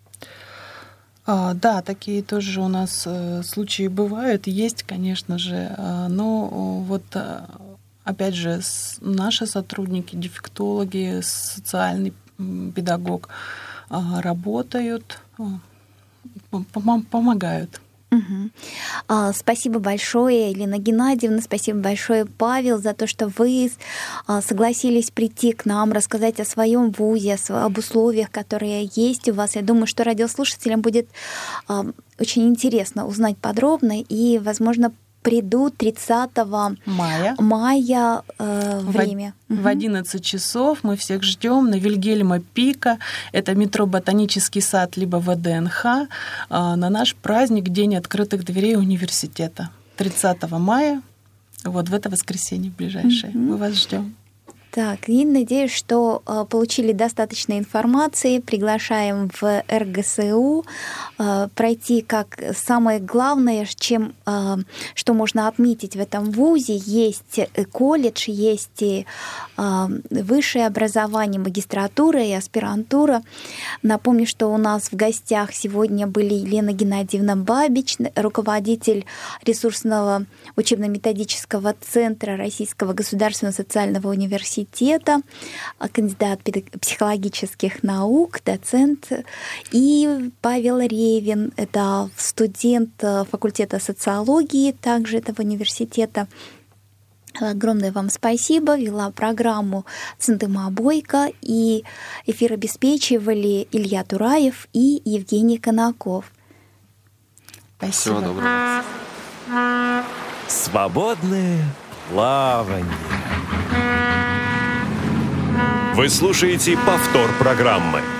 Да, такие тоже у нас случаи бывают, есть, конечно же, но вот... Опять же, наши сотрудники, дефектологи, социальный педагог работают, помогают. Угу. А, спасибо большое, Елена Геннадьевна, спасибо большое, Павел, за то, что вы а, согласились прийти к нам, рассказать о своем вузе, об условиях, которые есть у вас. Я думаю, что радиослушателям будет а, очень интересно узнать подробно и, возможно, придут тридцатого мая, мая э, время. В одиннадцать часов мы всех ждем на Вильгельма Пика. Это метро Ботанический сад, либо ВДНХ, э, на наш праздник День открытых дверей университета. тридцатого мая, вот в это воскресенье ближайшее. Mm-hmm. Мы вас ждем. Так, и надеюсь, что э, получили достаточно информации. Приглашаем в эр гэ эс у э, пройти как самое главное, чем, э, что можно отметить в этом вузе. Есть колледж, есть и э, высшее образование, магистратура и аспирантура. Напомню, что у нас в гостях сегодня были Елена Геннадьевна Бабич, руководитель ресурсного учебно-методического центра Российского государственного социального университета, кандидат психологических наук, доцент, и Павел Ревин, это студент факультета социологии также этого университета. Огромное вам спасибо. Вела программу Цындыма Бойко, и эфир обеспечивали Илья Тураев и Евгений Конаков. Спасибо. Всего доброго. Свободное плавание. Вы слушаете повтор программы.